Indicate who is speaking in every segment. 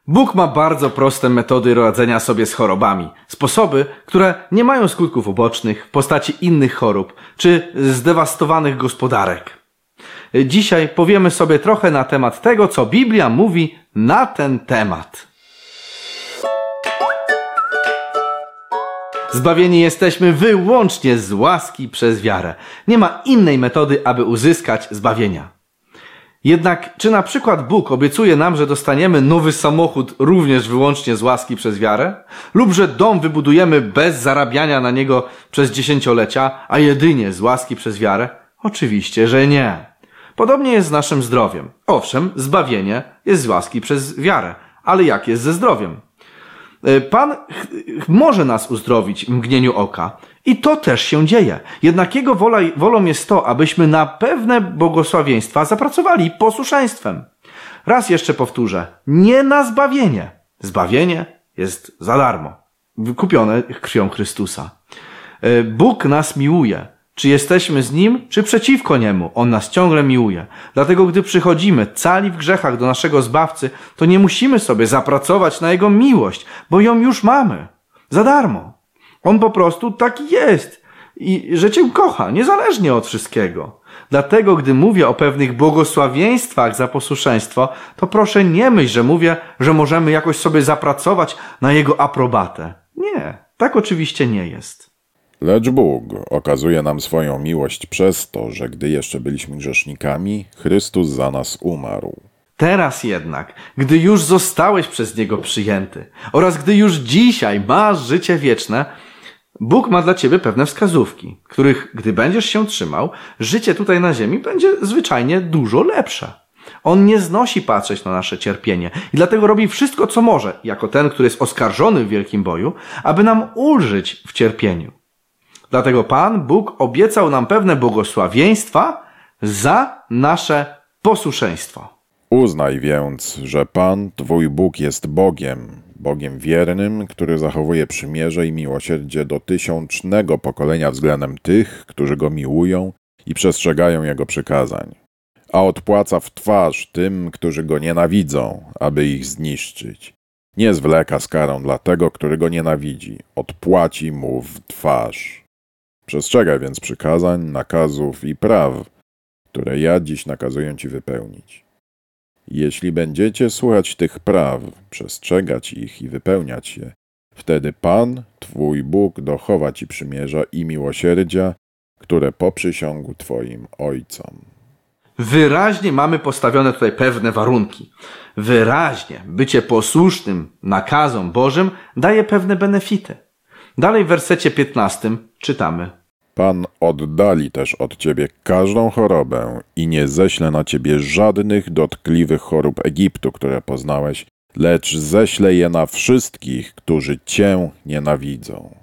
Speaker 1: Bóg ma bardzo proste metody radzenia sobie z chorobami. Sposoby, które nie mają skutków ubocznych w postaci innych chorób czy zdewastowanych gospodarek. Dzisiaj powiemy sobie trochę na temat tego, co Biblia mówi na ten temat. Zbawieni jesteśmy wyłącznie z łaski przez wiarę. Nie ma innej metody, aby uzyskać zbawienia. Jednak czy na przykład Bóg obiecuje nam, że dostaniemy nowy samochód również wyłącznie z łaski przez wiarę? Lub że dom wybudujemy bez zarabiania na niego przez dziesięciolecia, a jedynie z łaski przez wiarę? Oczywiście, że nie. Podobnie jest z naszym zdrowiem. Owszem, zbawienie jest z łaski przez wiarę, ale jak jest ze zdrowiem? Pan może nas uzdrowić w mgnieniu oka i to też się dzieje. Jednak Jego wolą jest to, abyśmy na pewne błogosławieństwa zapracowali posłuszeństwem. Raz jeszcze powtórzę, nie na zbawienie. Zbawienie jest za darmo, wykupione krwią Chrystusa. Bóg nas miłuje. Czy jesteśmy z Nim, czy przeciwko Niemu? On nas ciągle miłuje. Dlatego gdy przychodzimy cali w grzechach do naszego Zbawcy, to nie musimy sobie zapracować na Jego miłość, bo ją już mamy. Za darmo. On po prostu taki jest. I że Cię kocha, niezależnie od wszystkiego. Dlatego gdy mówię o pewnych błogosławieństwach za posłuszeństwo, to proszę nie myśl, że mówię, że możemy jakoś sobie zapracować na Jego aprobatę. Nie, tak oczywiście nie jest.
Speaker 2: Lecz Bóg okazuje nam swoją miłość przez to, że gdy jeszcze byliśmy grzesznikami, Chrystus za nas umarł.
Speaker 1: Teraz jednak, gdy już zostałeś przez Niego przyjęty oraz gdy już dzisiaj masz życie wieczne, Bóg ma dla ciebie pewne wskazówki, których, gdy będziesz się trzymał, życie tutaj na ziemi będzie zwyczajnie dużo lepsze. On nie znosi patrzeć na nasze cierpienie i dlatego robi wszystko, co może, jako ten, który jest oskarżony w wielkim boju, aby nam ulżyć w cierpieniu. Dlatego Pan Bóg obiecał nam pewne błogosławieństwa za nasze posłuszeństwo.
Speaker 2: Uznaj więc, że Pan, Twój Bóg jest Bogiem wiernym, który zachowuje przymierze i miłosierdzie do 1000 pokolenia względem tych, którzy Go miłują i przestrzegają Jego przykazań, a odpłaca w twarz tym, którzy Go nienawidzą, aby ich zniszczyć. Nie zwleka z karą dla tego, który Go nienawidzi, odpłaci mu w twarz. Przestrzegaj więc przykazań, nakazów i praw, które ja dziś nakazuję Ci wypełnić. Jeśli będziecie słuchać tych praw, przestrzegać ich i wypełniać je, wtedy Pan, Twój Bóg, dochowa Ci przymierza i miłosierdzia, które poprzysiągł Twoim ojcom.
Speaker 1: Wyraźnie mamy postawione tutaj pewne warunki. Wyraźnie bycie posłusznym nakazom Bożym daje pewne benefity. Dalej w wersecie 15 czytamy:
Speaker 2: Pan oddali też od Ciebie każdą chorobę i nie ześle na Ciebie żadnych dotkliwych chorób Egiptu, które poznałeś, lecz ześle je na wszystkich, którzy Cię nienawidzą.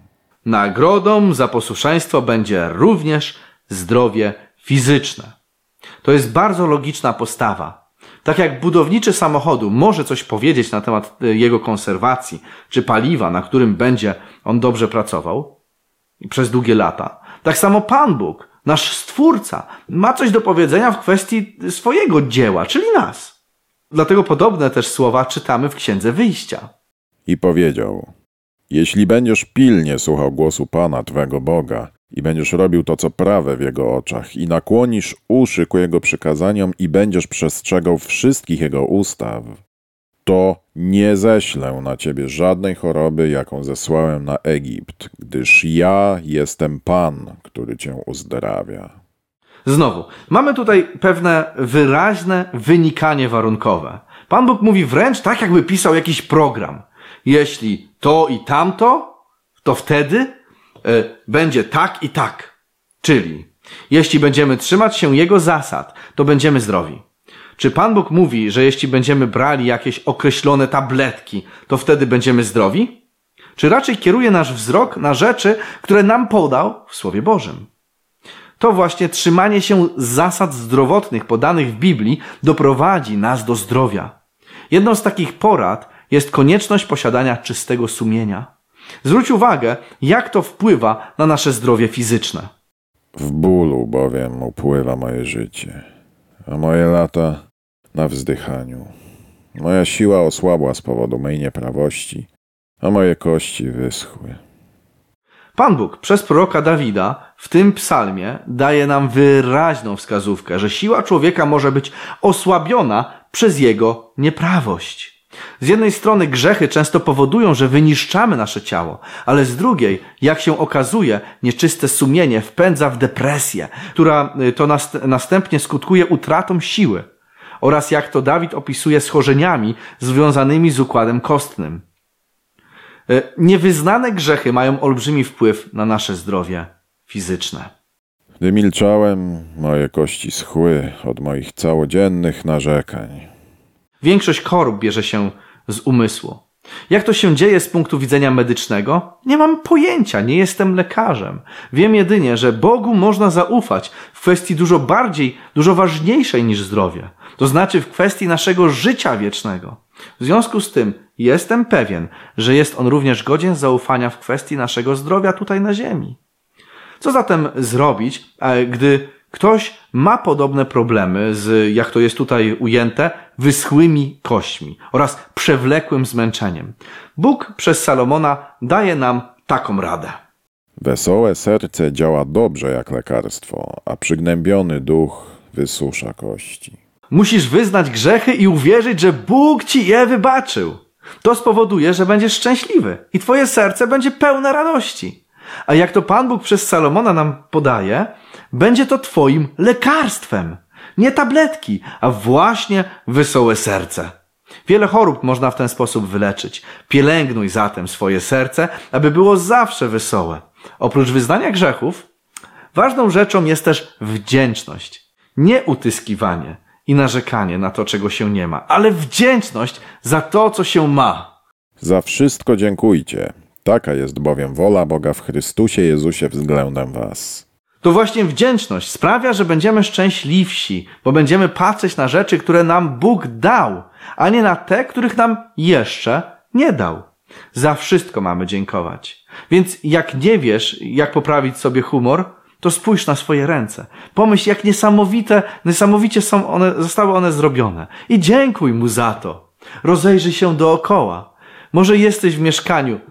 Speaker 1: Nagrodą za posłuszeństwo będzie również zdrowie fizyczne. To jest bardzo logiczna postawa. Tak jak budowniczy samochodu może coś powiedzieć na temat jego konserwacji czy paliwa, na którym będzie on dobrze pracował przez długie lata, tak samo Pan Bóg, nasz Stwórca, ma coś do powiedzenia w kwestii swojego dzieła, czyli nas. Dlatego podobne też słowa czytamy w Księdze Wyjścia.
Speaker 2: I powiedział: jeśli będziesz pilnie słuchał głosu Pana, Twego Boga, i będziesz robił to, co prawe w Jego oczach, i nakłonisz uszy ku Jego przykazaniom i będziesz przestrzegał wszystkich Jego ustaw, to nie ześlę na Ciebie żadnej choroby, jaką zesłałem na Egipt, gdyż ja jestem Pan, który Cię uzdrawia.
Speaker 1: Znowu, mamy tutaj pewne wyraźne wynikanie warunkowe. Pan Bóg mówi wręcz tak, jakby pisał jakiś program. Jeśli to i tamto, to wtedy będzie tak i tak. Czyli jeśli będziemy trzymać się Jego zasad, to będziemy zdrowi. Czy Pan Bóg mówi, że jeśli będziemy brali jakieś określone tabletki, to wtedy będziemy zdrowi? Czy raczej kieruje nasz wzrok na rzeczy, które nam podał w Słowie Bożym? To właśnie trzymanie się zasad zdrowotnych podanych w Biblii doprowadzi nas do zdrowia. Jedną z takich porad jest konieczność posiadania czystego sumienia. Zwróć uwagę, jak to wpływa na nasze zdrowie fizyczne.
Speaker 2: W bólu bowiem upływa moje życie, a moje lata na wzdychaniu. Moja siła osłabła z powodu mej nieprawości, a moje kości wyschły.
Speaker 1: Pan Bóg przez proroka Dawida w tym psalmie daje nam wyraźną wskazówkę, że siła człowieka może być osłabiona przez jego nieprawość. Z jednej strony grzechy często powodują, że wyniszczamy nasze ciało, ale z drugiej, jak się okazuje, nieczyste sumienie wpędza w depresję, która to następnie skutkuje utratą siły. Oraz jak to Dawid opisuje schorzeniami związanymi z układem kostnym. Niewyznane grzechy mają olbrzymi wpływ na nasze zdrowie fizyczne.
Speaker 2: Gdy milczałem, moje kości schły od moich całodziennych narzekań.
Speaker 1: Większość chorób bierze się z umysłu. Jak to się dzieje z punktu widzenia medycznego? Nie mam pojęcia, nie jestem lekarzem. Wiem jedynie, że Bogu można zaufać w kwestii dużo ważniejszej niż zdrowie. To znaczy w kwestii naszego życia wiecznego. W związku z tym jestem pewien, że jest On również godzien zaufania w kwestii naszego zdrowia tutaj na ziemi. Co zatem zrobić, gdy ktoś ma podobne problemy z, jak to jest tutaj ujęte, wyschłymi kośćmi oraz przewlekłym zmęczeniem? Bóg przez Salomona daje nam taką radę.
Speaker 2: Wesołe serce działa dobrze jak lekarstwo, a przygnębiony duch wysusza kości.
Speaker 1: Musisz wyznać grzechy i uwierzyć, że Bóg ci je wybaczył. To spowoduje, że będziesz szczęśliwy i twoje serce będzie pełne radości. A jak to Pan Bóg przez Salomona nam podaje, będzie to twoim lekarstwem. Nie tabletki, a właśnie wesołe serce. Wiele chorób można w ten sposób wyleczyć. Pielęgnuj zatem swoje serce, aby było zawsze wesołe. Oprócz wyznania grzechów, ważną rzeczą jest też wdzięczność. Nie utyskiwanie i narzekanie na to, czego się nie ma, ale wdzięczność za to, co się ma.
Speaker 2: Za wszystko dziękujcie. Taka jest bowiem wola Boga w Chrystusie Jezusie względem was.
Speaker 1: To właśnie wdzięczność sprawia, że będziemy szczęśliwsi, bo będziemy patrzeć na rzeczy, które nam Bóg dał, a nie na te, których nam jeszcze nie dał. Za wszystko mamy dziękować. Więc jak nie wiesz, jak poprawić sobie humor, to spójrz na swoje ręce. Pomyśl, jak niesamowicie zostały one zrobione. I dziękuj Mu za to. Rozejrzyj się dookoła. Może jesteś w mieszkaniu.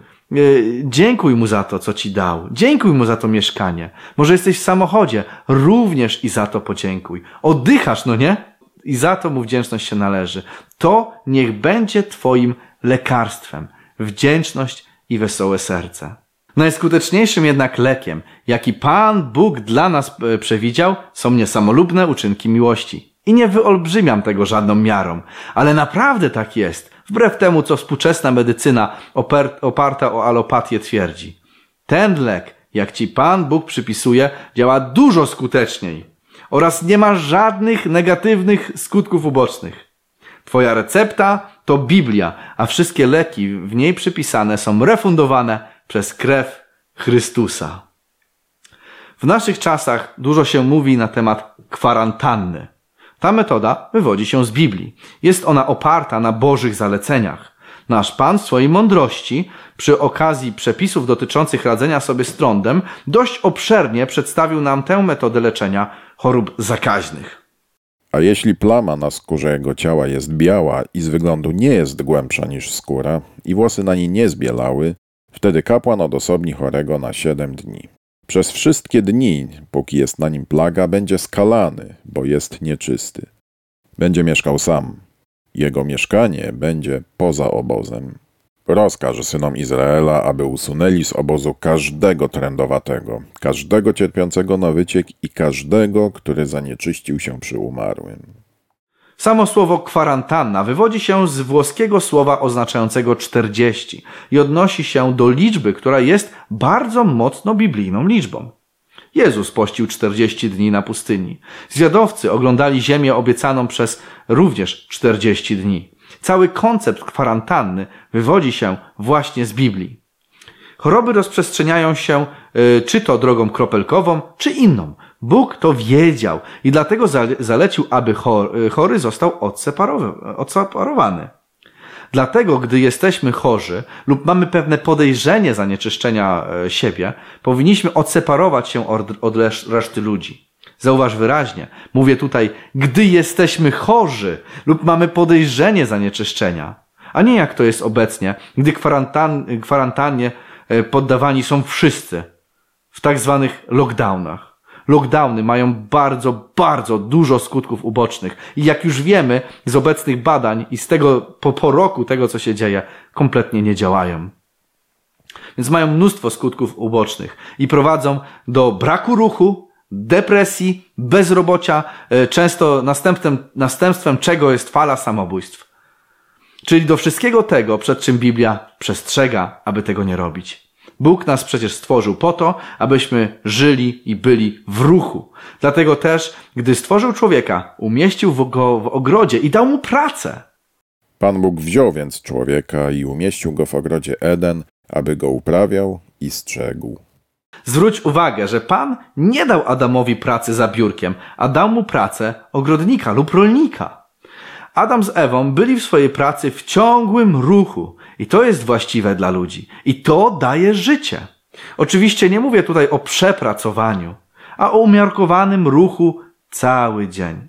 Speaker 1: Dziękuj Mu za to, co Ci dał. Dziękuj Mu za to mieszkanie. Może jesteś w samochodzie. Również i za to podziękuj. Oddychasz, no nie? I za to Mu wdzięczność się należy. To niech będzie Twoim lekarstwem. Wdzięczność i wesołe serce. Najskuteczniejszym jednak lekiem, jaki Pan Bóg dla nas przewidział, są niesamolubne uczynki miłości. I nie wyolbrzymiam tego żadną miarą, ale naprawdę tak jest, wbrew temu, co współczesna medycyna oparta o alopatię twierdzi. Ten lek, jak Ci Pan Bóg przypisuje, działa dużo skuteczniej oraz nie ma żadnych negatywnych skutków ubocznych. Twoja recepta to Biblia, a wszystkie leki w niej przypisane są refundowane przez krew Chrystusa. W naszych czasach dużo się mówi na temat kwarantanny. Ta metoda wywodzi się z Biblii. Jest ona oparta na Bożych zaleceniach. Nasz Pan w swojej mądrości, przy okazji przepisów dotyczących radzenia sobie z trądem, dość obszernie przedstawił nam tę metodę leczenia chorób zakaźnych.
Speaker 2: A jeśli plama na skórze jego ciała jest biała i z wyglądu nie jest głębsza niż skóra i włosy na niej nie zbielały, wtedy kapłan odosobni chorego na 7 dni. Przez wszystkie dni, póki jest na nim plaga, będzie skalany, bo jest nieczysty. Będzie mieszkał sam. Jego mieszkanie będzie poza obozem. Rozkaż synom Izraela, aby usunęli z obozu każdego trędowatego, każdego cierpiącego na wyciek i każdego, który zanieczyścił się przy umarłym.
Speaker 1: Samo słowo kwarantanna wywodzi się z włoskiego słowa oznaczającego 40 i odnosi się do liczby, która jest bardzo mocno biblijną liczbą. Jezus pościł 40 dni na pustyni. Zwiadowcy oglądali ziemię obiecaną przez również 40 dni. Cały koncept kwarantanny wywodzi się właśnie z Biblii. Choroby rozprzestrzeniają się czy to drogą kropelkową, czy inną. Bóg to wiedział i dlatego zalecił, aby chory został odseparowany. Dlatego, gdy jesteśmy chorzy lub mamy pewne podejrzenie zanieczyszczenia siebie, powinniśmy odseparować się od reszty ludzi. Zauważ wyraźnie, mówię tutaj, gdy jesteśmy chorzy lub mamy podejrzenie zanieczyszczenia, a nie jak to jest obecnie, gdy kwarantannie poddawani są wszyscy w tak zwanych lockdownach. Lockdowny mają bardzo, bardzo dużo skutków ubocznych i jak już wiemy z obecnych badań i z tego po roku tego, co się dzieje, kompletnie nie działają. Więc mają mnóstwo skutków ubocznych i prowadzą do braku ruchu, depresji, bezrobocia, często następstwem czego jest fala samobójstw. Czyli do wszystkiego tego, przed czym Biblia przestrzega, aby tego nie robić. Bóg nas przecież stworzył po to, abyśmy żyli i byli w ruchu. Dlatego też, gdy stworzył człowieka, umieścił go w ogrodzie i dał mu pracę.
Speaker 2: Pan Bóg wziął więc człowieka i umieścił go w ogrodzie Eden, aby go uprawiał i strzegł.
Speaker 1: Zwróć uwagę, że Pan nie dał Adamowi pracy za biurkiem, a dał mu pracę ogrodnika lub rolnika. Adam z Ewą byli w swojej pracy w ciągłym ruchu i to jest właściwe dla ludzi i to daje życie. Oczywiście nie mówię tutaj o przepracowaniu, a o umiarkowanym ruchu cały dzień.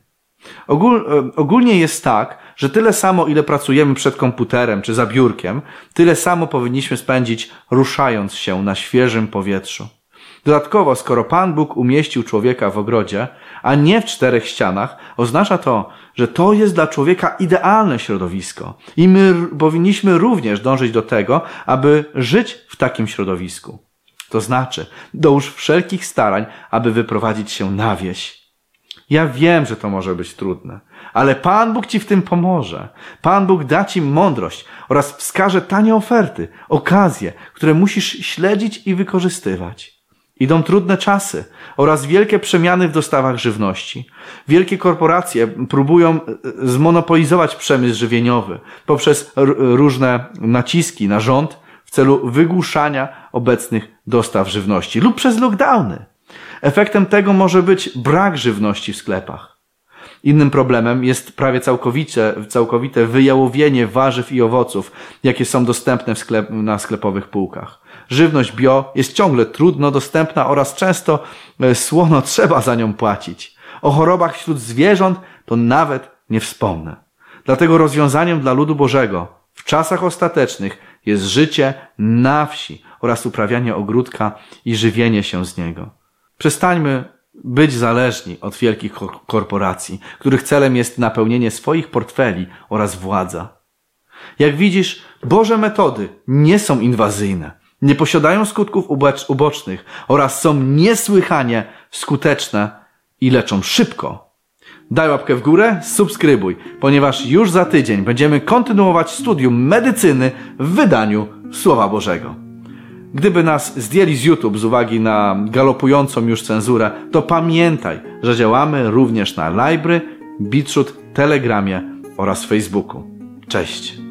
Speaker 1: Ogólnie jest tak, że tyle samo ile pracujemy przed komputerem czy za biurkiem, tyle samo powinniśmy spędzić ruszając się na świeżym powietrzu. Dodatkowo, skoro Pan Bóg umieścił człowieka w ogrodzie, a nie w 4 ścianach, oznacza to, że to jest dla człowieka idealne środowisko. I my powinniśmy również dążyć do tego, aby żyć w takim środowisku. To znaczy, dołóż wszelkich starań, aby wyprowadzić się na wieś. Ja wiem, że to może być trudne, ale Pan Bóg ci w tym pomoże. Pan Bóg da ci mądrość oraz wskaże tanie oferty, okazje, które musisz śledzić i wykorzystywać. Idą trudne czasy oraz wielkie przemiany w dostawach żywności. Wielkie korporacje próbują zmonopolizować przemysł żywieniowy poprzez różne naciski na rząd w celu wygłuszania obecnych dostaw żywności lub przez lockdowny. Efektem tego może być brak żywności w sklepach. Innym problemem jest prawie całkowite wyjałowienie warzyw i owoców, jakie są dostępne na sklepowych półkach. Żywność bio jest ciągle trudno dostępna oraz często słono trzeba za nią płacić. O chorobach wśród zwierząt to nawet nie wspomnę. Dlatego rozwiązaniem dla ludu Bożego w czasach ostatecznych jest życie na wsi oraz uprawianie ogródka i żywienie się z niego. Przestańmy być zależni od wielkich korporacji, których celem jest napełnienie swoich portfeli oraz władza. Jak widzisz, Boże metody nie są inwazyjne, nie posiadają skutków ubocznych oraz są niesłychanie skuteczne i leczą szybko. Daj łapkę w górę, subskrybuj, ponieważ już za tydzień będziemy kontynuować studium medycyny w wydaniu Słowa Bożego. Gdyby nas zdjęli z YouTube z uwagi na galopującą już cenzurę, to pamiętaj, że działamy również na Libry, BitChute, Telegramie oraz Facebooku. Cześć!